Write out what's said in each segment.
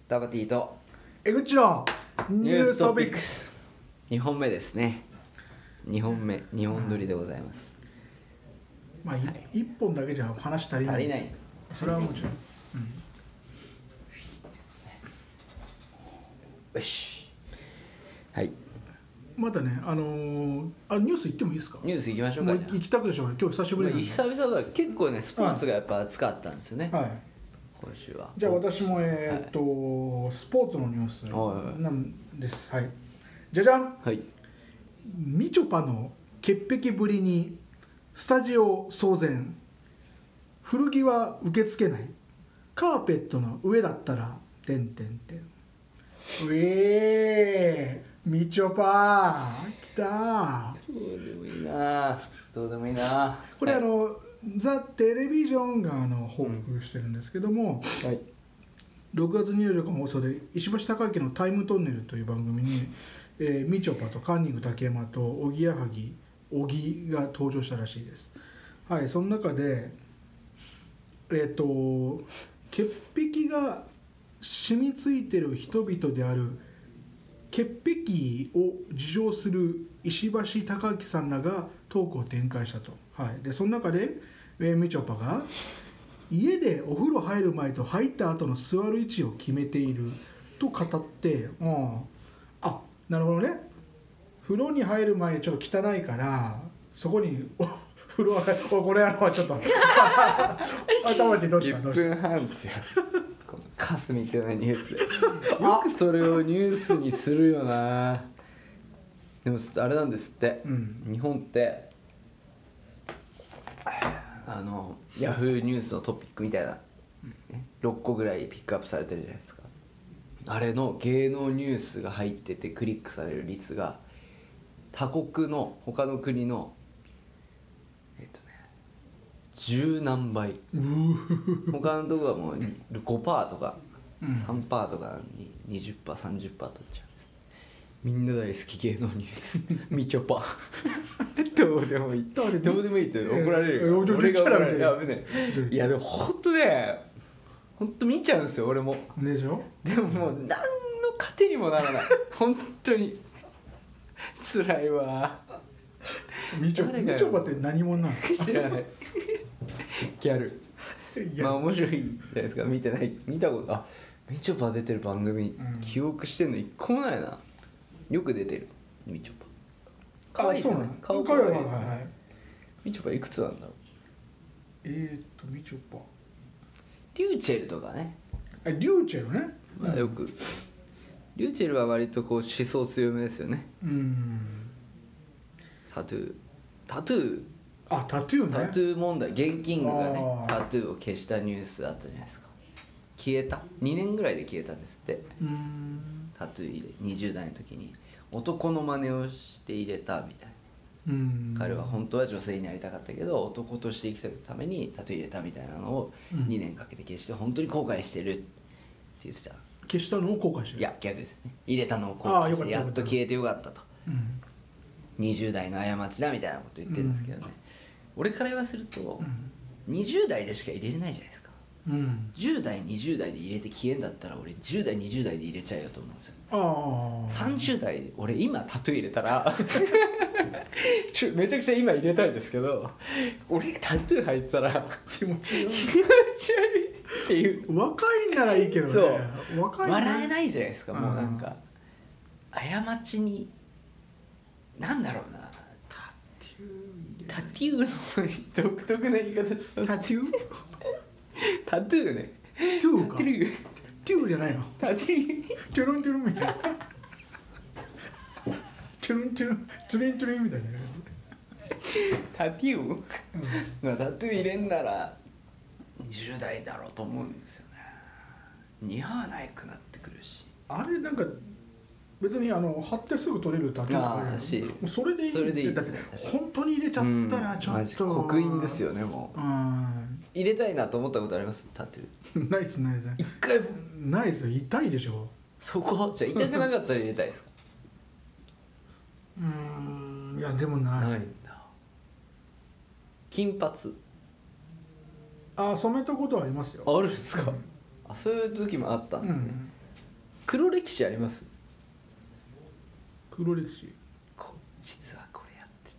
タバティと江口のニューストピックス。 2本目ですね。2本目2本撮りでございます。 まあ、1本だけじゃ話足りないです。 足りない。 それはもちろん、 よし。はい。 またね、ニュース行ってもいいですか？ ニュース行きましょうか。 もう行きたくでしょうね。今日久しぶりなんで。 久々だ。結構ね、スポーツがやっぱ熱かったんですよね。 はい。 今週は。 じゃあ私もスポーツのニュースなんです。はい。じゃじゃん。 はい。 みちょぱの潔癖ぶりにスタジオ騒然。古着は受け付けない。カーペットの上だったらてんてんてん。みちょぱ来た。 どうでもいいな。どうでもいいな。 これ、 はい、 ザ・テレビジョンが報告してるんですけども、 はい、 6月24日の放送で石橋貴明の「タイムトンネル」という番組に、みちょぱとカンニング竹山とおぎやはぎ小木が登場したらしいです。はい、その中で潔癖が染みついてる人々である潔癖を自称する石橋貴明さんらがトークを展開したと。はい、でその中で、みちょぱが家でお風呂入る前と入った後の座る位置を決めていると語って、あ、なるほどね、風呂に入る前ちょっと汚いからそこに風呂これちょっと頭でどうした 1分半ですよ。このかすみたいなニュースよくそれをニュースにするよな。でもあれなんですって、日本ってヤフーニュースのトピックみたいな、6個ぐらいピックアップされてるじゃないですか。あれの芸能ニュースが入っててクリックされる率が他国の他の国の十何倍。他のとこはもう 5% とか 3% とかに 20%、30% 取っちゃうんです。みんな大好き芸能ニュースみちょぱどうでもいい、どうでもいいって怒られるよ。俺が怒られる。いやでも本当ね、本当見ちゃうんですよ俺も。 でしょ。 でももう何の糧にもならない本当に辛いわ。 みちょぱって何者なんですか？ 知らないギャル。まあ面白いじゃないですか。見たことみちょぱ出てる番組、記憶してんの一個もないな。よく出てるみちょぱ。可愛いですね。顔可愛いですね。みちょぱいくつなんだろう。 みちょぱリューチェルとかね。 リューチェルね、 よくリューチェルは割とこう思想強めですよね。タトゥー問題。現金がねタトゥーを消したニュースあったじゃないですか。消えた2年ぐらいで消えたんですって。タトゥー入れ20代の時に男の真似をして入れたみたいな。彼は本当は女性になりたかったけど男として生きていくためにタトゥー入れたみたいなのを2年かけて消して本当に後悔してるって言ってた。 消したのを後悔してる。 いや逆ですね。入れたのを後悔してやっと消えてよかったと、20代の過ちだみたいなこと言ってるんですけどね、俺から言わせると、20代でしか入れれないじゃないですか。10代20代で入れて消えんだったら俺10代20代で入れちゃうよと思うんですよ。30代で俺今タトゥー入れたらめちゃくちゃ今入れたいですけど、俺タトゥー入ってたら気持ち悪いっていう。 若いならいいけどね。 そう若い笑えないじゃないですか。もうなんか過ちになんだろうな、タトゥーの独特な言い方します。 タトゥータトゥーね。 トゥーか。 タトゥートゥーじゃないの。 タトゥーチュルンチュルンみたいな。チュルンチュルンチュリンチュリンみたいな。 タトゥー、タトゥー入れんなら10代だろうと思うんですよね。似合わないくなってくるし。 あれなんか別に貼ってすぐ取れるタトゥーとかもうそれでいい。 それでいいですね。 本当に入れちゃったらちょっと刻印ですよね。もう入れたいなと思ったことあります？タトゥー。 ないです一回もないですよ。痛いでしょ。 そこじゃあ痛くなかったら入れたいですか？ いやでもないんだ。金髪染めたことはありますよ。 あるんですか？そういう時もあったんですね。 黒歴史あります？ 黒歴史、 実はこれやって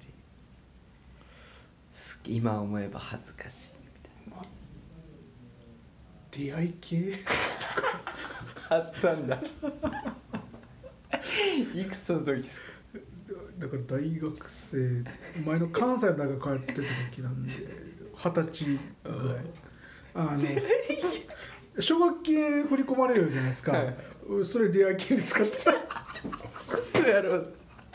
て今思えば恥ずかしいみたいな、 出会い系あったんだいくつの時ですか？ だから大学生、前の関西の大学帰ってた時なんで20歳ぐらい、奨学金振り込まれるじゃないですか、はい、それ出会い金に使ってたそうやろう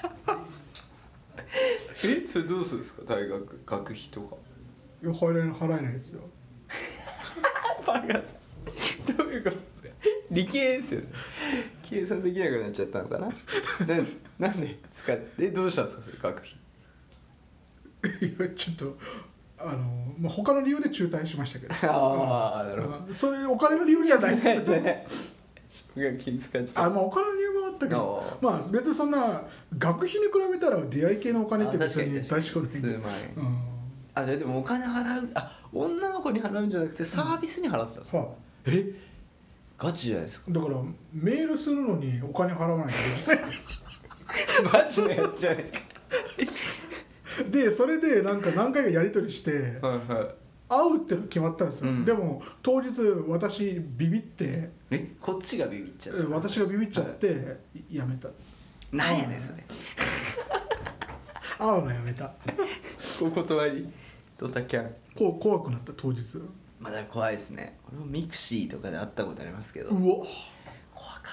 それどうするんですか？大学学費とか。 いや払えないですよバカ、どういうことですか？理系ですよね。計算できなくなっちゃったのかななんで使ってどうしたんですかそれ学費？ いやちょっと他の理由で中退しましたけど。 ああ、なるほど。 それお金の理由じゃないですよね。奨学金使っちゃう。 お金の理由もあったけど、別にそんな学費に比べたら出会い系のお金って別に大したことない。 数万円。でもお金払う、女の子に払うんじゃなくてサービスに払ってたんですか？ガチじゃないですか。 だからメールするのにお金払わないといけないマジのやつじゃねえかでそれでなんか何回かやり取りして、会うっての決まったんですよ、でも当日私ビビってこっちがビビっちゃった。 私がビビっちゃって、やめた。 なんやねんそれ会うのやめたお断りドタキャン。 怖くなった当日。 だから怖いですね。俺もミクシーとかで会ったことありますけど、 うわ怖かった。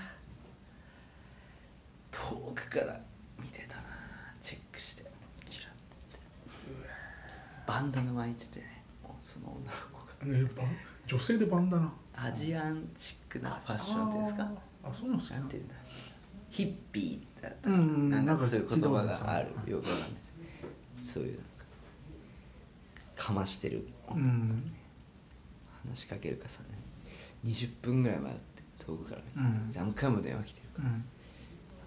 遠くから見てたな、チェックしてチラッてバンダナ巻いててね、その女の子が、 女性でバンダナ、 アジアンチックなファッションっていうんですか？ そうなんですか。 なんていうんだ、ヒッピーだったらなんかそういう言葉がある、よくわかんないです。そういうかましてる女の子がね、話しかけるかさね、20分ぐらい迷って遠くから見て、何回も電話来てるから、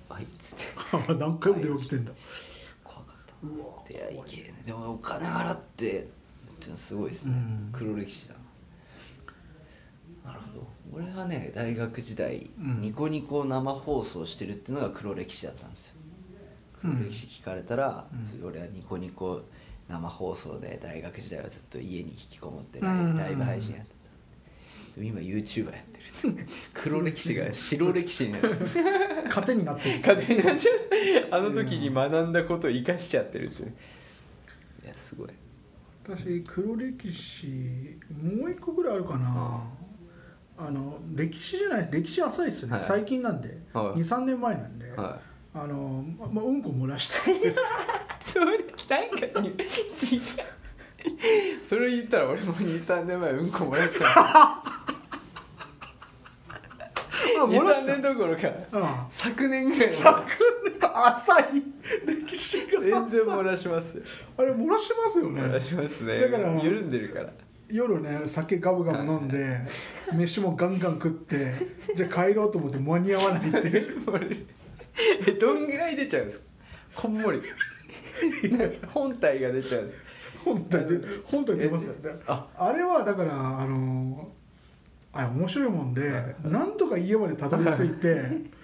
はいっつって何回も電話来てんだ。 怖かったな、出会い系ね。でもお金払ってっていうのはすごいですね、黒歴史だな。なるほど。俺はね、大学時代、ニコニコ生放送してるっていうのが黒歴史だったんですよ。黒歴史聞かれたら、俺はニコニコ生放送で大学時代はずっと家に引きこもってライブ配信やってた。でも今 YouTuber やってる黒歴史が白歴史になる糧になってる。 糧になっちゃう。あの時に学んだことを生かしちゃってるんですよ。いやすごい。 私黒歴史もう一個ぐらいあるかな。歴史じゃない、歴史浅いですね、最近なんで、2、3年前なんで、うんこ漏らしたそれなんか違うそれ言ったら俺も 2,3 年前うんこ漏らした2,3 年どころか、昨年ぐらい浅い歴史が全然漏らしますよ。 あれ漏らしますよね。 漏らしますね。 だから緩んでるから。 夜ね、酒ガブガブ飲んで飯もガンガン食ってじゃあ帰ろうと思って間に合わないっていうどんぐらい出ちゃうんですか？こんもり本体が出ちゃうんです。 本体出ますよね。あれはだからあれ面白いもんで、なんとか家までたどり着いて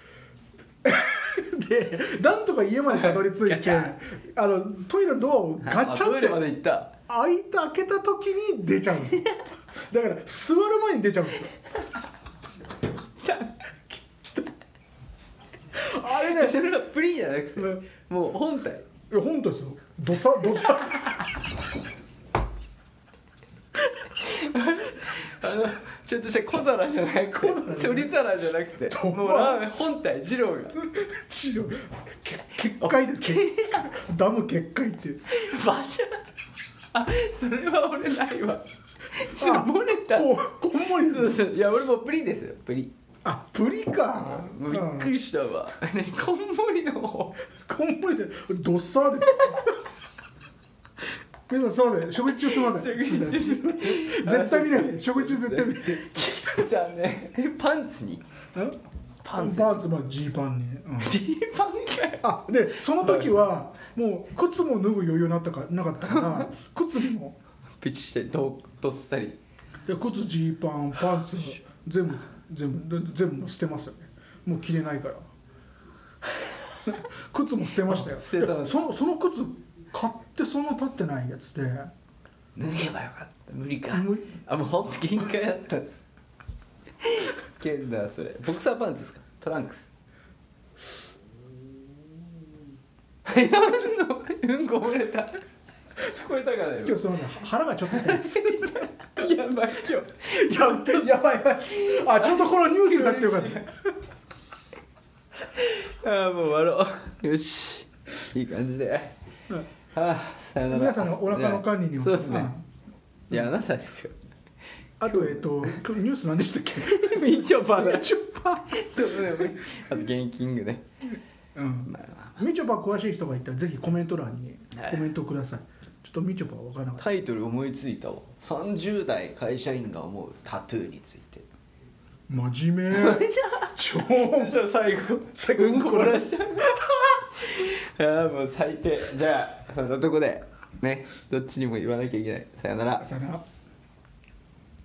でなんとか家までたどり着いてトイレのドアをガチャってトイレまで行った。 開けた時に出ちゃうんですよ。だから座る前に出ちゃうんですよあれね、それはプリじゃなくて、もう本体。 いや本体ですよ。ドサちょっとした小皿じゃなくて、取り皿じゃなくて、もう本体、二郎が結界です。ダム結界っていう場所。それは俺ないわ。それ漏れた。 こんもり。 そういや俺もプリですよ、プリ。 プリか。 もうびっくりしたわ。こんもりの方。 こんもりでドッサーです。皆さんすみません、食事中すみません。絶対見ない。食事中絶対見ない。 じゃあね、パンツに。 パンツジーパンに。 ジーパンか。でその時はもう靴も脱ぐ余裕なかったから靴もピチしてどっさり。 で靴ジーパンパンツ全部全部もう捨てますよね。もう着れないから靴も捨てましたよ。 捨てたの。 その靴買ってそんな経ってないやつで脱げばよかった。無理か。 無理。 あ、もうほんと限界だったんですけんだそれ。ボクサーパンツですか？トランクス。やんのうんこ漏れた。聞こえたかなよ。 今日すみません、腹がちょっと痛いですやばい今日。 やばいあ、ちょうどこのニュースになってよかったああもう終わろう。よし、いい感じで、 うん、 はあ、さよなら。 皆さんのお腹の管理にもそうですね、いやあなたですよ。 あとニュース何でしたっけみちょぱだ。 みちょぱあと現金具ね。 まあ、みちょぱ詳しい人がいたらぜひコメント欄にコメントください。ちょっとみちょぱは分からなかった。 タイトル思いついたわ。30代会社員が思うタトゥーについて。 真面目超そしたら最後うんこ漏らしたああもう最低。じゃあそんなとこでね、どっちにも言わなきゃいけない。さよなら。 さよなら。